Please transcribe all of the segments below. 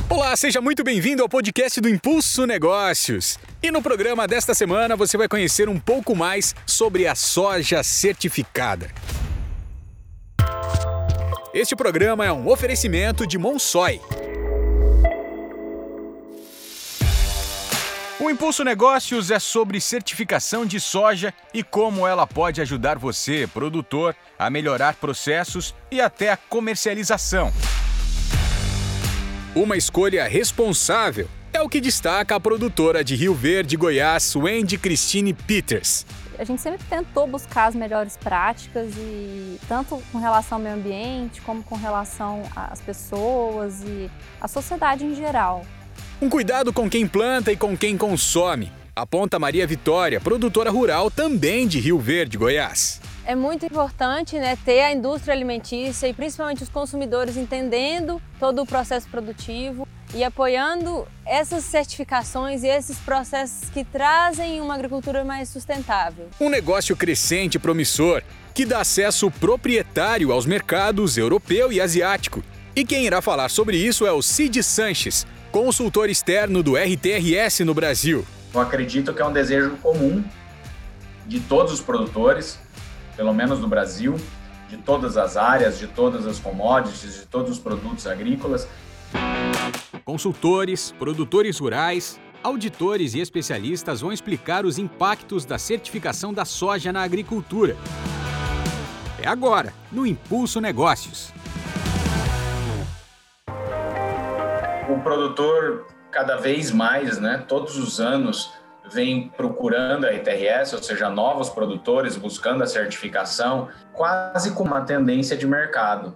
Olá, seja muito bem-vindo ao podcast do Impulso Negócios. E no programa desta semana você vai conhecer um pouco mais sobre a soja certificada. Este programa é um oferecimento de Monsoy. O Impulso Negócios é sobre certificação de soja e como ela pode ajudar você, produtor, a melhorar processos e até a comercialização. Uma escolha responsável é o que destaca a produtora de Rio Verde, Goiás, Wendy Christine Peters. A gente sempre tentou buscar as melhores práticas, e tanto com relação ao meio ambiente, como com relação às pessoas e à sociedade em geral. Um cuidado com quem planta e com quem consome, aponta Maria Vitória, produtora rural também de Rio Verde, Goiás. É muito importante, ter a indústria alimentícia e principalmente os consumidores entendendo todo o processo produtivo e apoiando essas certificações e esses processos que trazem uma agricultura mais sustentável. Um negócio crescente e promissor que dá acesso proprietário aos mercados europeu e asiático. E quem irá falar sobre isso é o Cid Sanches, consultor externo do RTRS no Brasil. Eu acredito que é um desejo comum de todos os produtores, pelo menos no Brasil, de todas as áreas, de todas as commodities, de todos os produtos agrícolas. Consultores, produtores rurais, auditores e especialistas vão explicar os impactos da certificação da soja na agricultura. É agora, no Impulso Negócios. O produtor, cada vez mais, todos os anos, vem procurando a RTRS, ou seja, novos produtores buscando a certificação, quase com uma tendência de mercado.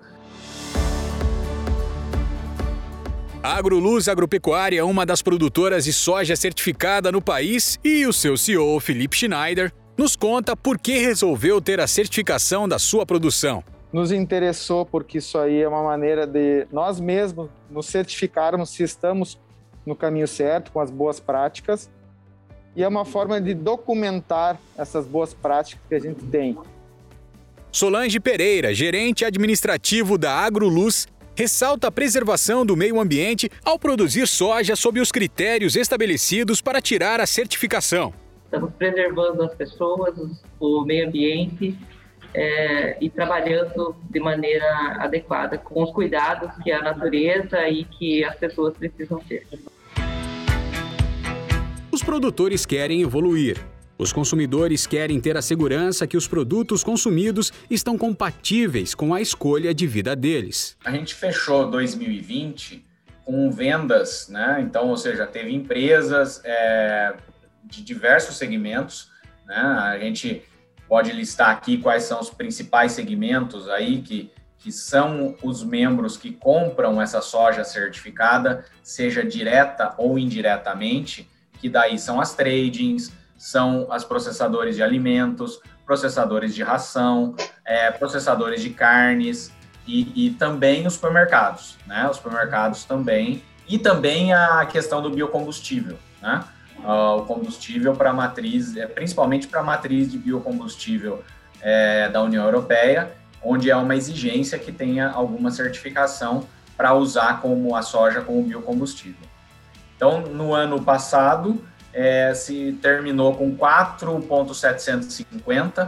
A AgroLuz Agropecuária é uma das produtoras de soja certificada no país e o seu CEO, Felipe Schneider, nos conta por que resolveu ter a certificação da sua produção. Nos interessou porque isso aí é uma maneira de nós mesmos nos certificarmos se estamos no caminho certo, com as boas práticas, e é uma forma de documentar essas boas práticas que a gente tem. Solange Pereira, gerente administrativo da AgroLuz, ressalta a preservação do meio ambiente ao produzir soja sob os critérios estabelecidos para tirar a certificação. Estamos preservando as pessoas, o meio ambiente, e trabalhando de maneira adequada, com os cuidados que a natureza e que as pessoas precisam ter. Os produtores querem evoluir. Os consumidores querem ter a segurança que os produtos consumidos estão compatíveis com a escolha de vida deles. A gente fechou 2020 com vendas, Então, ou seja, teve empresas de diversos segmentos, A gente pode listar aqui quais são os principais segmentos aí que são os membros que compram essa soja certificada, seja direta ou indiretamente, que daí são as tradings, são as processadores de alimentos, processadores de ração, processadores de carnes e também os supermercados, Os supermercados também, e também a questão do biocombustível, O combustível para matriz, principalmente para a matriz de biocombustível da União Europeia, onde é uma exigência que tenha alguma certificação para usar como a soja como biocombustível. Então, no ano passado, se terminou com 4.750,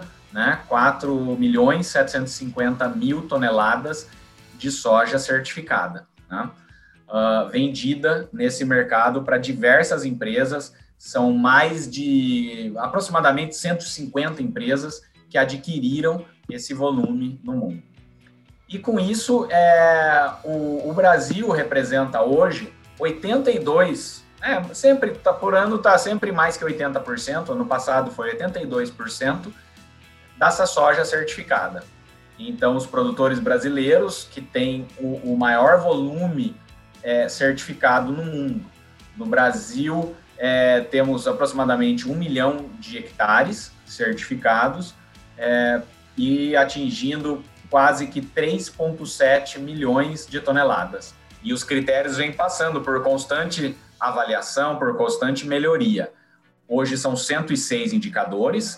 4.750.000 toneladas de soja certificada, vendida nesse mercado para diversas empresas. São mais de aproximadamente 150 empresas que adquiriram esse volume no mundo. E com isso, o Brasil representa hoje 82%, por ano está sempre mais que 80%, ano passado foi 82% dessa soja certificada. Então, os produtores brasileiros que têm o maior volume certificado no mundo. No Brasil, temos aproximadamente 1 milhão de hectares certificados e atingindo quase que 3,7 milhões de toneladas. E os critérios vêm passando por constante avaliação, por constante melhoria. Hoje são 106 indicadores.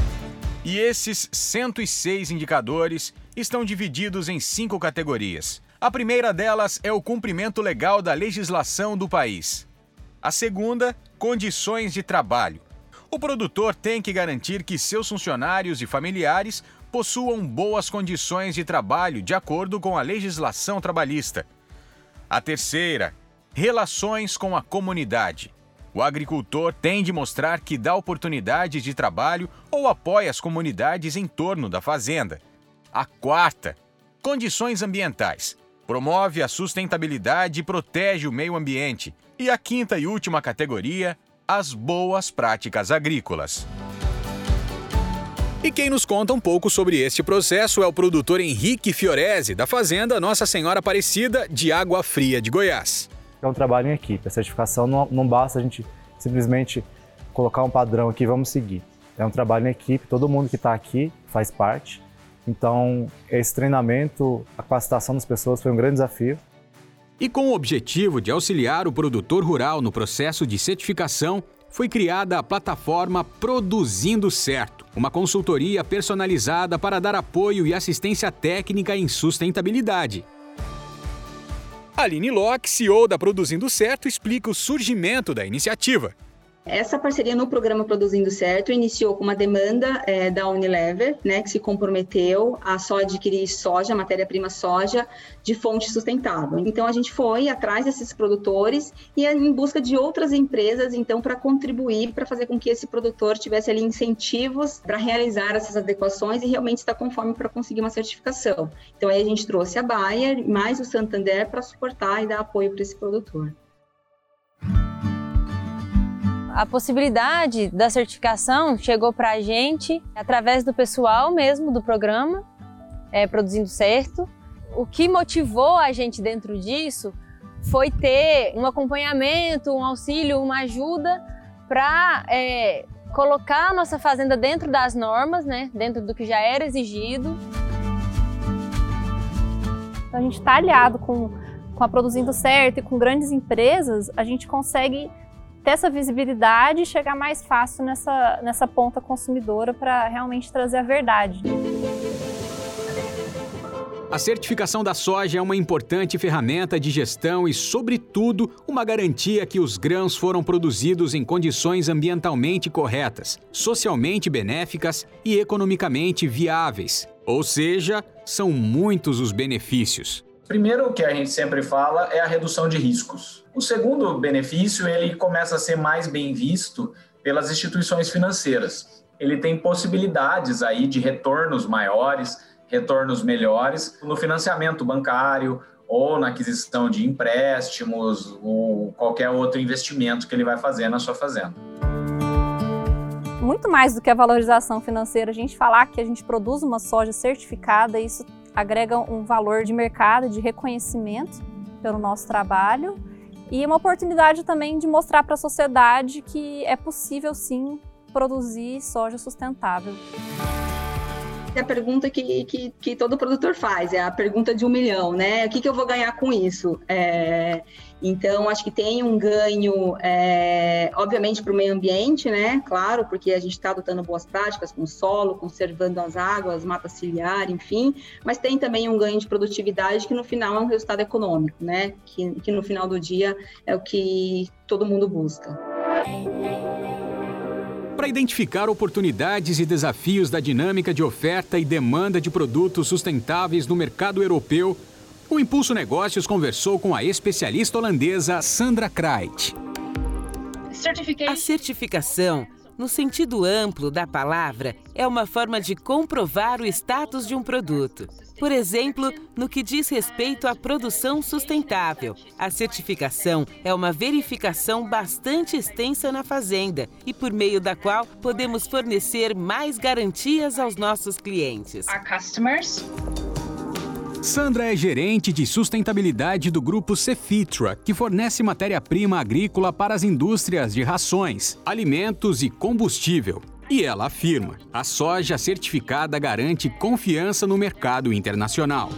E esses 106 indicadores estão divididos em 5 categorias. A primeira delas é o cumprimento legal da legislação do país. A segunda, condições de trabalho. O produtor tem que garantir que seus funcionários e familiares possuam boas condições de trabalho de acordo com a legislação trabalhista. A terceira, relações com a comunidade. O agricultor tem de mostrar que dá oportunidades de trabalho ou apoia as comunidades em torno da fazenda. A quarta, condições ambientais. Promove a sustentabilidade e protege o meio ambiente. E a quinta e última categoria, as boas práticas agrícolas. E quem nos conta um pouco sobre este processo é o produtor Henrique Fiorese, da fazenda Nossa Senhora Aparecida, de Água Fria de Goiás. É um trabalho em equipe. A certificação não basta a gente simplesmente colocar um padrão aqui e vamos seguir. É um trabalho em equipe, todo mundo que está aqui faz parte. Então, esse treinamento, a capacitação das pessoas foi um grande desafio. E com o objetivo de auxiliar o produtor rural no processo de certificação, foi criada a plataforma Produzindo Certo, uma consultoria personalizada para dar apoio e assistência técnica em sustentabilidade. Aline Locke, CEO da Produzindo Certo, explica o surgimento da iniciativa. Essa parceria no programa Produzindo Certo iniciou com uma demanda da Unilever, né, que se comprometeu a só adquirir soja, matéria-prima soja, de fonte sustentável. Então, a gente foi atrás desses produtores e em busca de outras empresas, então, para contribuir, para fazer com que esse produtor tivesse ali incentivos para realizar essas adequações e realmente estar conforme para conseguir uma certificação. Então, aí a gente trouxe a Bayer mais o Santander para suportar e dar apoio para esse produtor. A possibilidade da certificação chegou para a gente através do pessoal mesmo do programa, Produzindo Certo. O que motivou a gente dentro disso foi ter um acompanhamento, um auxílio, uma ajuda para colocar a nossa fazenda dentro das normas, né, dentro do que já era exigido. Então, a gente está aliado com a Produzindo Certo e com grandes empresas, a gente consegue ter essa visibilidade e chegar mais fácil nessa ponta consumidora para realmente trazer a verdade. A certificação da soja é uma importante ferramenta de gestão e, sobretudo, uma garantia que os grãos foram produzidos em condições ambientalmente corretas, socialmente benéficas e economicamente viáveis. Ou seja, são muitos os benefícios. Primeiro, o que a gente sempre fala é a redução de riscos. O segundo benefício, ele começa a ser mais bem visto pelas instituições financeiras. Ele tem possibilidades aí de retornos maiores, retornos melhores no financiamento bancário ou na aquisição de empréstimos ou qualquer outro investimento que ele vai fazer na sua fazenda. Muito mais do que a valorização financeira, a gente falar que a gente produz uma soja certificada, isso agrega um valor de mercado, de reconhecimento pelo nosso trabalho e uma oportunidade também de mostrar para a sociedade que é possível sim produzir soja sustentável. A pergunta que todo produtor faz, é a pergunta de 1 milhão, né? O que eu vou ganhar com isso? Então, acho que tem um ganho, obviamente, para o meio ambiente, né? Claro, porque a gente está adotando boas práticas com o solo, conservando as águas, mata ciliar, enfim, mas tem também um ganho de produtividade que no final é um resultado econômico, né? Que no final do dia é o que todo mundo busca. Para identificar oportunidades e desafios da dinâmica de oferta e demanda de produtos sustentáveis no mercado europeu, o Impulso Negócios conversou com a especialista holandesa Sandra Kreit. A certificação, no sentido amplo da palavra, é uma forma de comprovar o status de um produto. Por exemplo, no que diz respeito à produção sustentável. A certificação é uma verificação bastante extensa na fazenda e por meio da qual podemos fornecer mais garantias aos nossos clientes. Sandra é gerente de sustentabilidade do grupo Cefitra, que fornece matéria-prima agrícola para as indústrias de rações, alimentos e combustível. E ela afirma, a soja certificada garante confiança no mercado internacional.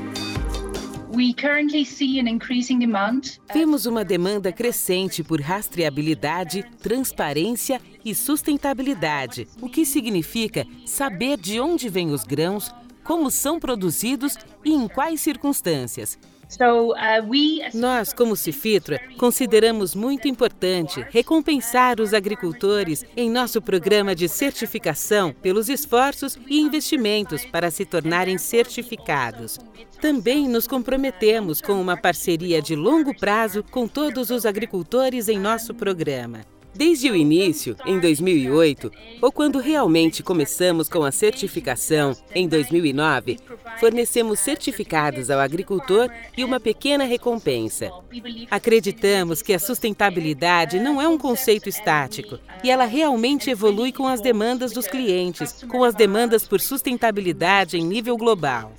Vemos uma demanda crescente por rastreabilidade, transparência e sustentabilidade, o que significa saber de onde vêm os grãos, como são produzidos e em quais circunstâncias. Nós, como Cifitra, consideramos muito importante recompensar os agricultores em nosso programa de certificação pelos esforços e investimentos para se tornarem certificados. Também nos comprometemos com uma parceria de longo prazo com todos os agricultores em nosso programa. Desde o início, em 2008, ou quando realmente começamos com a certificação, em 2009, fornecemos certificados ao agricultor e uma pequena recompensa. Acreditamos que a sustentabilidade não é um conceito estático e ela realmente evolui com as demandas dos clientes, com as demandas por sustentabilidade em nível global.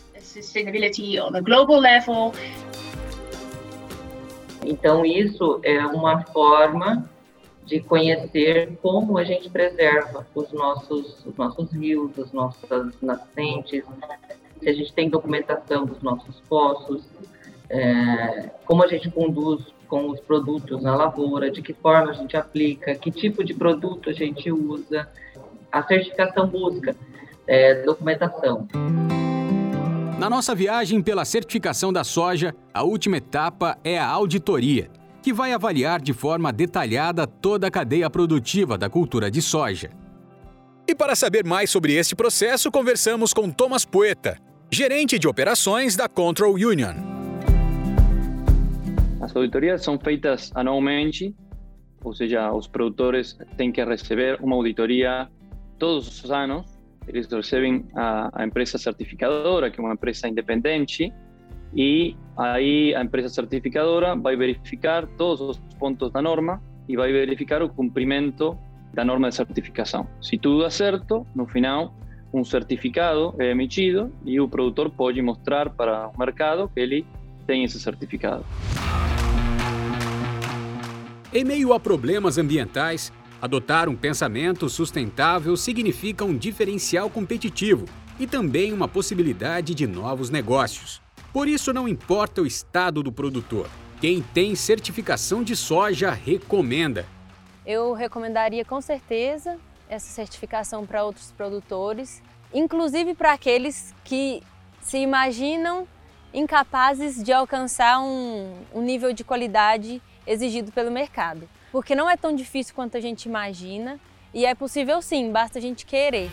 Então, isso é uma forma de conhecer como a gente preserva os nossos rios, as nossas nascentes, se a gente tem documentação dos nossos poços, como a gente conduz com os produtos na lavoura, de que forma a gente aplica, que tipo de produto a gente usa. A certificação busca documentação. Na nossa viagem pela certificação da soja, a última etapa é a auditoria, que vai avaliar de forma detalhada toda a cadeia produtiva da cultura de soja. E para saber mais sobre este processo, conversamos com Thomas Poeta, gerente de operações da Control Union. As auditorias são feitas anualmente, ou seja, os produtores têm que receber uma auditoria todos os anos. Eles recebem a empresa certificadora, que é uma empresa independente, e aí a empresa certificadora vai verificar todos os pontos da norma e vai verificar o cumprimento da norma de certificação. Se tudo dá certo, no final, um certificado é emitido e o produtor pode mostrar para o mercado que ele tem esse certificado. Em meio a problemas ambientais, adotar um pensamento sustentável significa um diferencial competitivo e também uma possibilidade de novos negócios. Por isso, não importa o estado do produtor. Quem tem certificação de soja recomenda. Eu recomendaria com certeza essa certificação para outros produtores, inclusive para aqueles que se imaginam incapazes de alcançar um nível de qualidade exigido pelo mercado. Porque não é tão difícil quanto a gente imagina e é possível sim, basta a gente querer.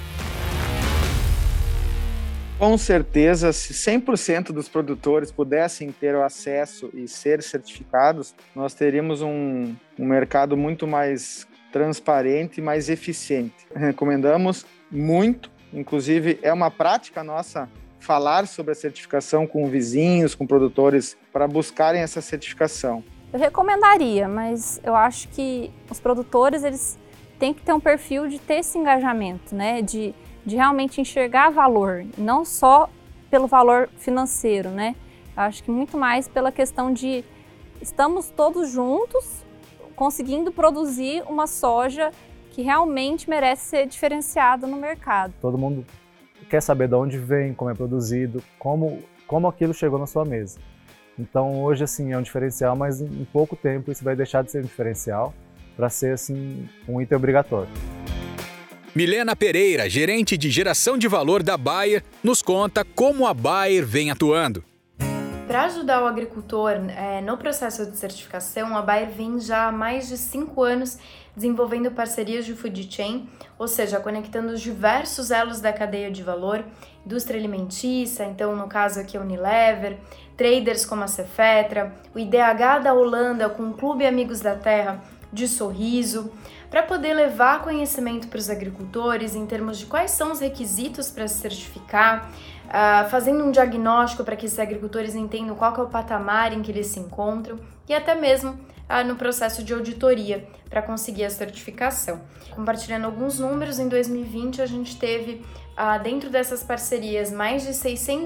Com certeza, se 100% dos produtores pudessem ter o acesso e ser certificados, nós teríamos um mercado muito mais transparente e mais eficiente. Recomendamos muito, inclusive é uma prática nossa falar sobre a certificação com vizinhos, com produtores, para buscarem essa certificação. Eu recomendaria, mas eu acho que os produtores eles têm que ter um perfil de ter esse engajamento, né? De realmente enxergar valor, não só pelo valor financeiro, né? Eu acho que muito mais pela questão de estamos todos juntos conseguindo produzir uma soja que realmente merece ser diferenciada no mercado. Todo mundo quer saber de onde vem, como é produzido, como aquilo chegou na sua mesa. Então hoje assim é um diferencial, mas em pouco tempo isso vai deixar de ser um diferencial para ser assim um item obrigatório. Milena Pereira, gerente de geração de valor da Bayer, nos conta como a Bayer vem atuando. Para ajudar o agricultor no processo de certificação, a Bayer vem já há mais de 5 anos desenvolvendo parcerias de food chain, ou seja, conectando os diversos elos da cadeia de valor, indústria alimentícia, então no caso aqui a Unilever, traders como a Cefetra, o IDH da Holanda com o Clube Amigos da Terra de Sorriso, para poder levar conhecimento para os agricultores em termos de quais são os requisitos para se certificar, fazendo um diagnóstico para que esses agricultores entendam qual que é o patamar em que eles se encontram e até mesmo no processo de auditoria para conseguir a certificação. Compartilhando alguns números, em 2020 a gente teve dentro dessas parcerias mais de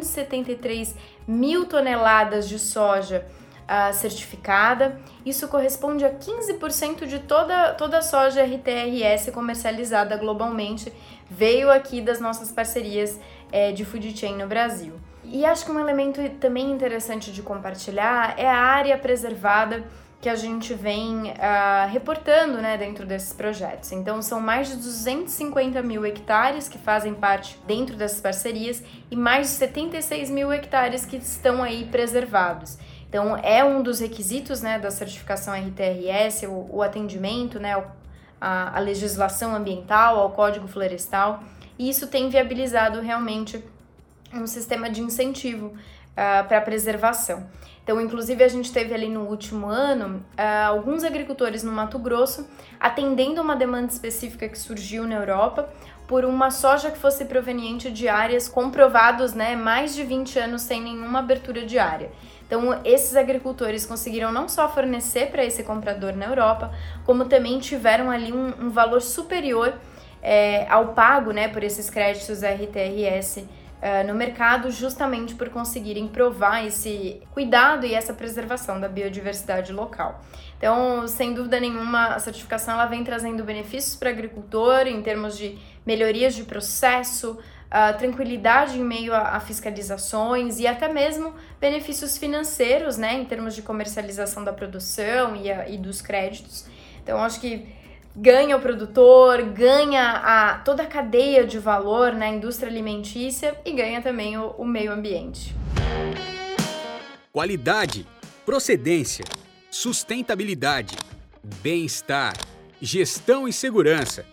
673 mil toneladas de soja certificada. Isso corresponde a 15% de toda a soja RTRS comercializada globalmente, veio aqui das nossas parcerias de food chain no Brasil. E acho que um elemento também interessante de compartilhar é a área preservada que a gente vem reportando, né, dentro desses projetos. Então, são mais de 250 mil hectares que fazem parte dentro dessas parcerias e mais de 76 mil hectares que estão aí preservados. Então, é um dos requisitos, né, da certificação RTRS, o atendimento, né, a legislação ambiental, ao Código Florestal, e isso tem viabilizado realmente um sistema de incentivo para a preservação. Então, inclusive, a gente teve ali no último ano alguns agricultores no Mato Grosso atendendo uma demanda específica que surgiu na Europa por uma soja que fosse proveniente de áreas comprovados, né, mais de 20 anos sem nenhuma abertura de área. Então, esses agricultores conseguiram não só fornecer para esse comprador na Europa, como também tiveram ali um valor superior ao pago, né, por esses créditos RTRS no mercado, justamente por conseguirem provar esse cuidado e essa preservação da biodiversidade local. Então, sem dúvida nenhuma, a certificação ela vem trazendo benefícios para o agricultor em termos de melhorias de processo, tranquilidade em meio a fiscalizações e até mesmo benefícios financeiros, né, em termos de comercialização da produção e dos créditos. Então, acho que ganha o produtor, ganha toda a cadeia de valor na indústria alimentícia e ganha também o meio ambiente. Qualidade, procedência, sustentabilidade, bem-estar, gestão e segurança.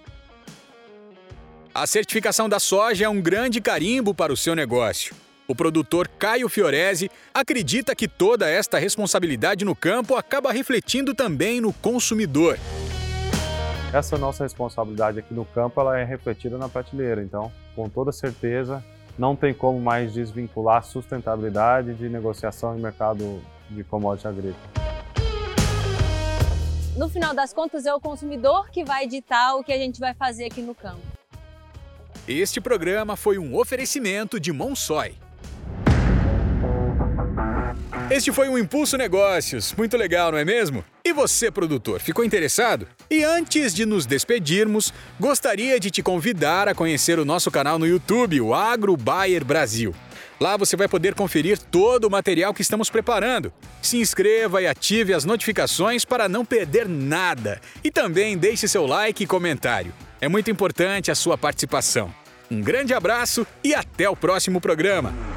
A certificação da soja é um grande carimbo para o seu negócio. O produtor Caio Fiorese acredita que toda esta responsabilidade no campo acaba refletindo também no consumidor. Essa nossa responsabilidade aqui no campo ela é refletida na prateleira, então, com toda certeza, não tem como mais desvincular a sustentabilidade de negociação em mercado de commodity agrícola. No final das contas, é o consumidor que vai ditar o que a gente vai fazer aqui no campo. Este programa foi um oferecimento de Monsoy. Este foi um Impulso Negócios. Muito legal, não é mesmo? E você, produtor, ficou interessado? E antes de nos despedirmos, gostaria de te convidar a conhecer o nosso canal no YouTube, o Agro Bayer Brasil. Lá você vai poder conferir todo o material que estamos preparando. Se inscreva e ative as notificações para não perder nada. E também deixe seu like e comentário. É muito importante a sua participação. Um grande abraço e até o próximo programa.